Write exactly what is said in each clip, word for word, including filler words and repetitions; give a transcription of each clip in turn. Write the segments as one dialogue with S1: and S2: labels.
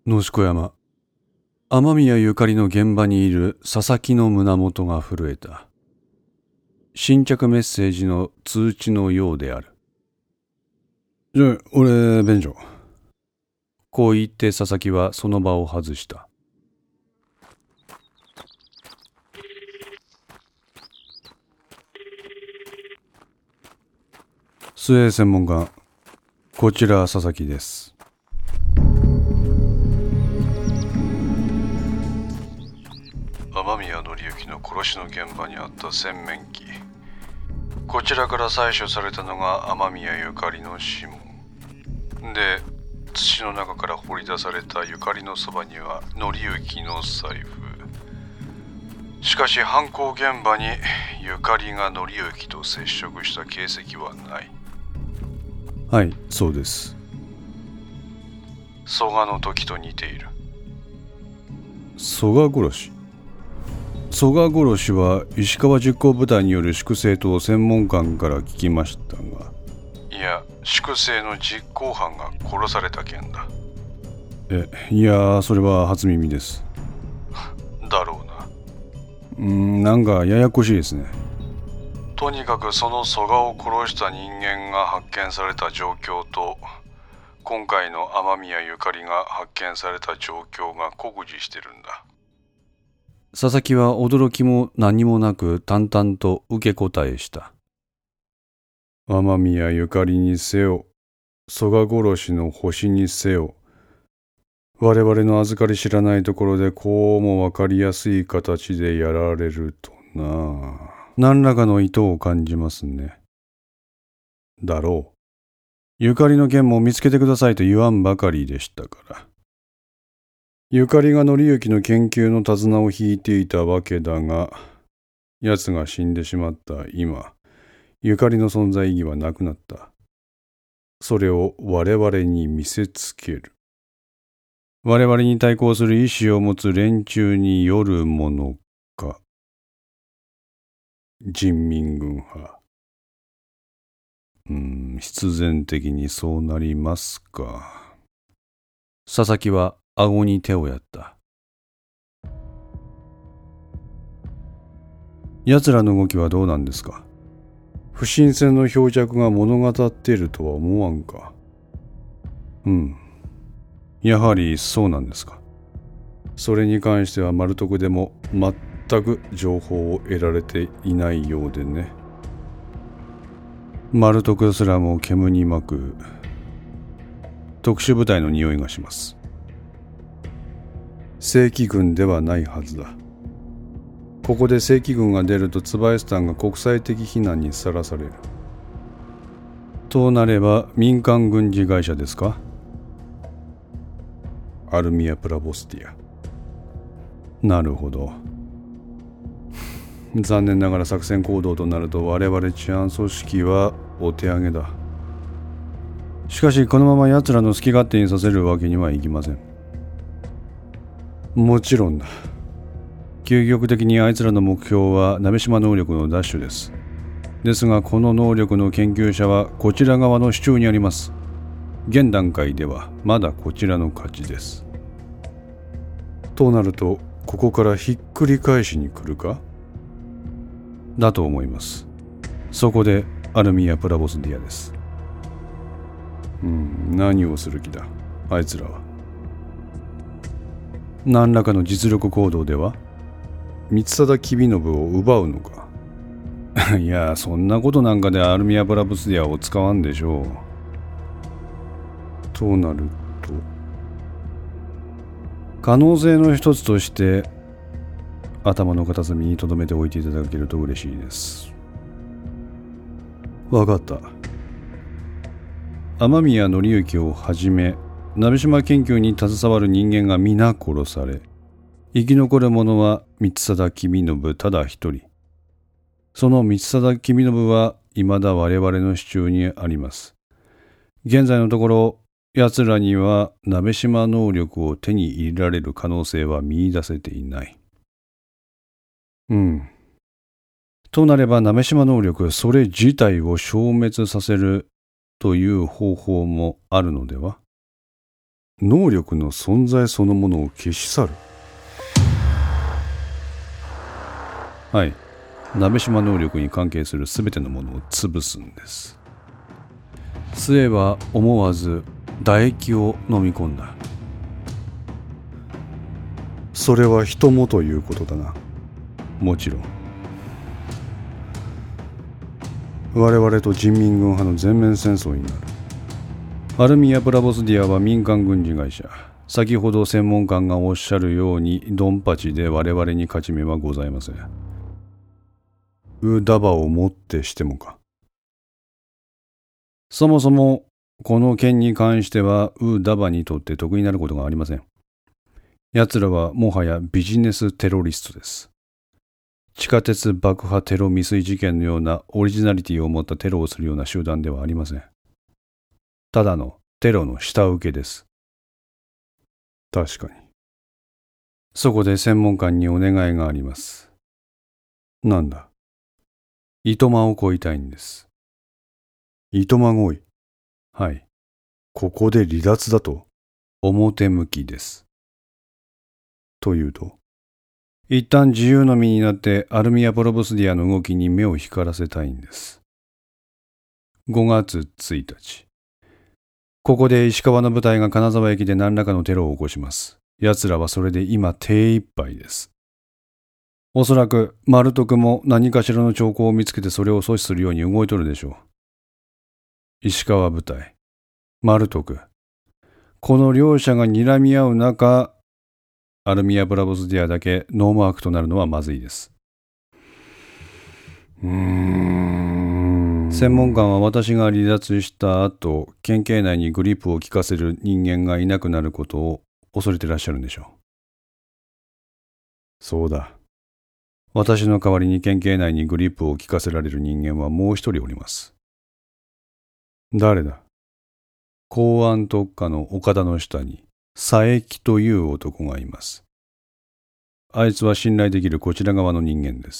S1: 野宿山。雨宮ゆかりの現場にいる佐々木の胸元が震えた。新着メッセージの通知のようである。じゃあ、俺、便所。こう言って佐々木はその場を外した。水泳専門家、こちら佐々木です。雨宮則之の殺しの現場にあった洗面器、こちらから採取されたのが雨宮ゆかりの指紋で、土の中から掘り出されたゆかりのそばには則之の財布。しかし犯行現場にゆかりが則之と接触した形跡はない。はい、そうです。曽我の時と似ている。曽我殺し。曽我殺しは石川実行部隊による粛清と専門官から聞きましたが。いや、粛清の実行犯が殺された件だ。え、いや、それは初耳です。だろうな。うーん、なんかややこしいですね。とにかくその曽我を殺した人間が発見された状況と、今回の雨宮ゆかりが発見された状況が酷似してるんだ。佐々木は驚きも何もなく淡々と受け答えした。雨宮ゆかりにせよ、曽我殺しの星にせよ、我々の預かり知らないところでこうもわかりやすい形でやられるとな。何らかの意図を感じますね。だろう。ゆかりの件も見つけてくださいと言わんばかりでしたから。ゆかりが則之の研究の手綱を引いていたわけだが、奴が死んでしまった今、ゆかりの存在意義はなくなった。それを我々に見せつける。我々に対抗する意志を持つ連中によるものか。人民軍派。うーん、必然的にそうなりますか。佐々木は顎に手をやった。奴らの動きはどうなんですか。不審船の漂着が物語っているとは思わんか。うん。やはりそうなんですか。それに関しては丸徳でも全く情報を得られていないようでね。丸徳すらも煙に巻く特殊部隊の匂いがします。正規軍ではないはずだ。ここで正規軍が出るとツバイスタンが国際的非難にさらされる。となれば民間軍事会社ですか。アルミア・プラボスティア。なるほど。残念ながら作戦行動となると我々治安組織はお手上げだ。しかしこのまま奴らの好き勝手にさせるわけにはいきません。もちろんだ。究極的にあいつらの目標は鍋島能力の奪取です。ですがこの能力の研究者はこちら側の手中にあります。現段階ではまだこちらの勝ちです。となるとここからひっくり返しに来るか。だと思います。そこでアルミア・プラボスディアです。うん、何をする気だあいつらは。何らかの実力行動では。光貞公信を奪うのか。いや、そんなことなんかでアルミア・プラボスディアを使わんでしょう。となると可能性の一つとして頭の片隅に留めておいていただけると嬉しいです。わかった。雨宮則之をはじめ鍋島研究に携わる人間が皆殺され、生き残る者は光貞公信ただ一人。その光貞公信は未だ我々の手中にあります。現在のところ奴らには鍋島能力を手に入れられる可能性は見出せていない。うん。となれば鍋島能力それ自体を消滅させるという方法もあるのでは。 能力の存在そのものを消し去る。はい、鍋島能力に関係するすべてのものを潰すんです。末は思わず唾液を飲み込んだ。それは人もということだな。もちろん我々と人民軍派の全面戦争になる。アルミア・ブラボスディアは民間軍事会社。先ほど専門官がおっしゃるようにドンパチで我々に勝ち目はございません。ウダバをもってしてもか。そもそもこの件に関してはウダバにとって得になることがありません。奴らはもはやビジネステロリストです。地下鉄爆破テロ未遂事件のようなオリジナリティを持ったテロをするような集団ではありません。ただのテロの下請けです。確かに。そこで専門官にお願いがあります。なんだ。糸間を恋いたいんです。糸間恋。はい。ここで離脱だと。表向きです。というと、一旦自由の身になってアルミア・プロボスディアの動きに目を光らせたいんです。ごがつついたち。ここで石川の部隊が金沢駅で何らかのテロを起こします。奴らはそれで今手一杯です。おそらく丸徳も何かしらの兆候を見つけてそれを阻止するように動いとるでしょう。石川部隊、丸徳、この両者が睨み合う中、アルミア・ブラボスディアだけノーマークとなるのはまずいです。うーん。専門官は私が離脱した後、県警内にグリップを効かせる人間がいなくなることを恐れてらっしゃるんでしょう。そうだ。私の代わりに県警内にグリップを効かせられる人間はもう一人おります。誰だ？公安特課の岡田の下に佐伯という男がいます。あいつは信頼できるこちら側の人間です。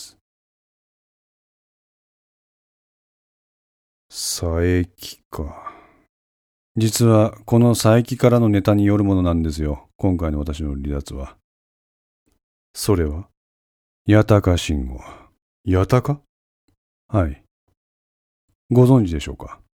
S1: 佐伯か。実はこの佐伯からのネタによるものなんですよ。今回の私の離脱は。それは八高信吾。八高？はい。ご存知でしょうか？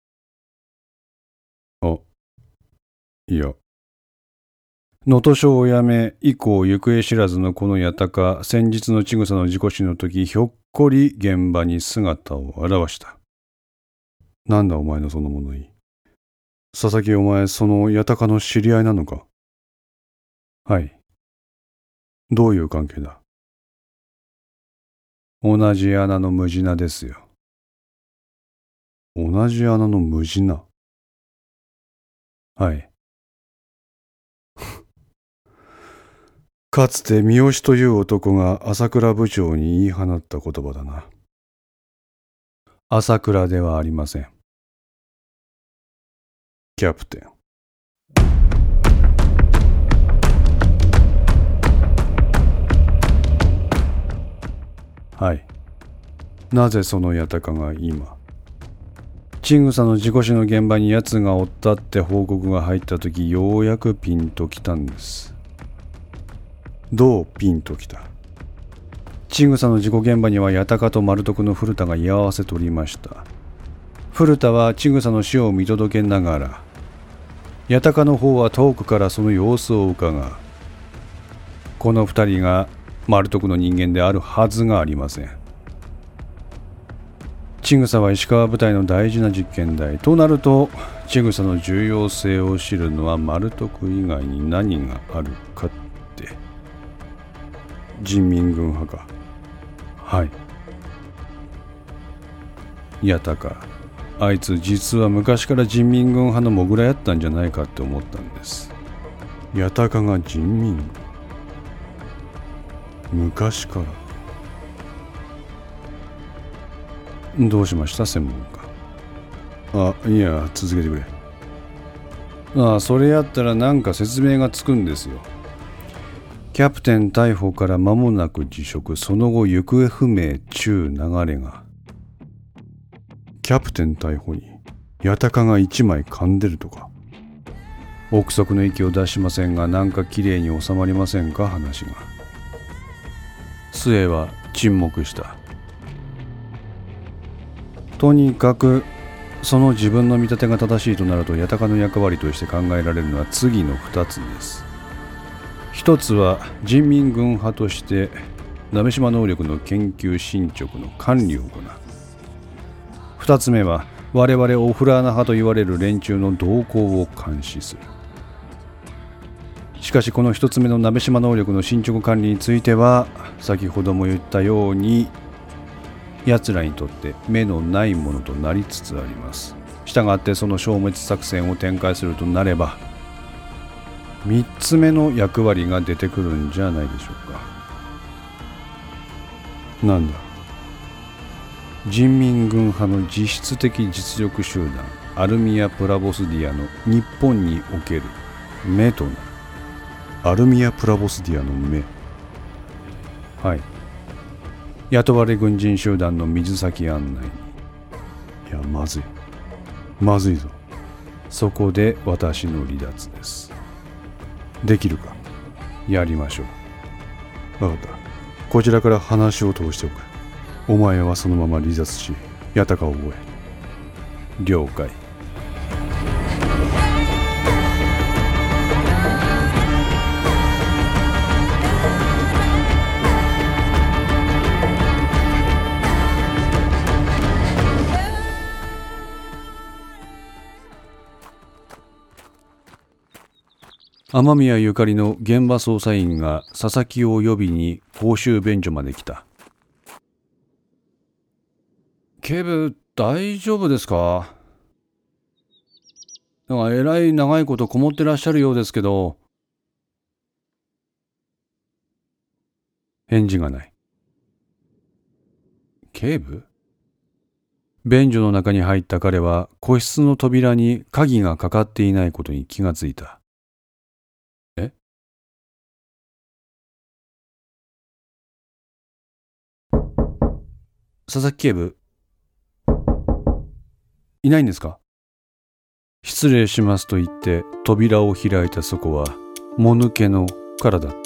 S1: あ、いや。能登省を辞め以降行方知らずのこの八高、先日の千草の事故死の時、ひょっこり現場に姿を現した。なんだお前のその物言い。佐々木お前その八高の知り合いなのか？はい。どういう関係だ？同じ穴のムジナですよ。同じ穴のムジナ？はい。かつて三好という男が朝倉部長に言い放った言葉だな。朝倉ではありません。キャプテン。はい。なぜその八高が今、千草の事故死の現場に奴がおったって報告が入ったとき、ようやくピンときたんです。どうピンときた？千草の事故現場には八高と丸徳の古田が居合わせとりました。古田は千草の死を見届けながら、八高の方は遠くからその様子を伺う。この二人が丸徳の人間であるはずがありません。千草は石川部隊の大事な実験台となると、千草の重要性を知るのは丸徳以外に何があるかって。人民軍派か。はい。八高、あいつ実は昔から人民軍派のモグラやったんじゃないかって思ったんです。八高が人民軍？昔から。どうしました専門家？あ、いや、続けてくれ。ああ、それやったらなんか説明がつくんですよ。キャプテン逮捕から間もなく辞職、その後行方不明ちゅう流れが。キャプテン逮捕に八高が一枚噛んでるとか。 憶測の息を出しませんが、なんかきれいに収まりませんか、話が。末は沈黙した。とにかくその自分の見立てが正しいとなると、八鷹の役割として考えられるのは次のふたつです。ひとつは人民軍派として鍋島能力の研究進捗の管理を行う。ふたつめは我々オフラーナ派と言われる連中の動向を監視する。しかしこのひとつめの鍋島能力の進捗管理については、先ほども言ったように奴らにとって目のないものとなりつつあります。したがってその消滅作戦を展開するとなれば、みっつめの役割が出てくるんじゃないでしょうか。なんだ。人民軍派の実質的実力集団アルミア・プラボスディアの日本における目となる。アルミア・プラボスディアの目。はい。雇われ軍人集団の水先案内に。いや、まずい。まずいぞ。そこで私の離脱です。できるか。やりましょう。わかった。こちらから話を通しておく。お前はそのまま離脱し、八鷹を覚え。了解。雨宮ゆかりの現場捜査員が佐々木を呼びに公衆便所まで来た。警部、大丈夫ですか？なんかえらい長いことこもってらっしゃるようですけど。返事がない。警部？便所の中に入った彼は個室の扉に鍵がかかっていないことに気がついた。え？佐々木警部、いないんですか？失礼しますと言って扉を開いたそこはもぬけの殻だった。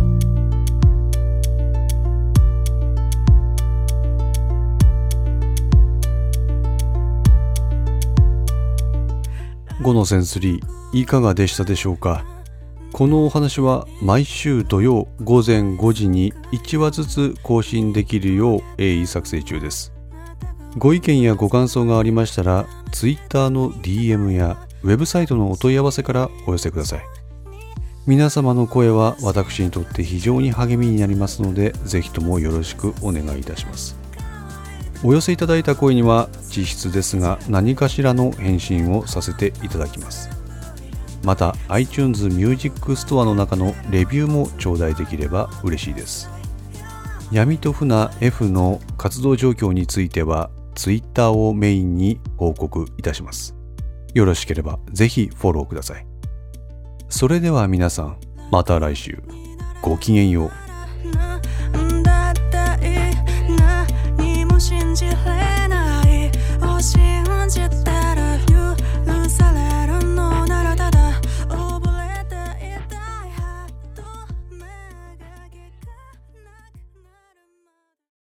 S1: ごのセンスリー、いかがでしたでしょうか。このお話は毎週土曜ごぜんごじにいちわずつ更新できるよう鋭意作成中です。ご意見やご感想がありましたら Twitter の ディーエム やウェブサイトのお問い合わせからお寄せください。皆様の声は私にとって非常に励みになりますので、ぜひともよろしくお願いいたします。お寄せいただいた声には実質ですが何かしらの返信をさせていただきます。また iTunes Music Store の中のレビューも頂戴できれば嬉しいです。闇と船 F の活動状況については Twitter をメインに報告いたします。よろしければぜひフォローください。それでは皆さん、また来週。ごきげんよう。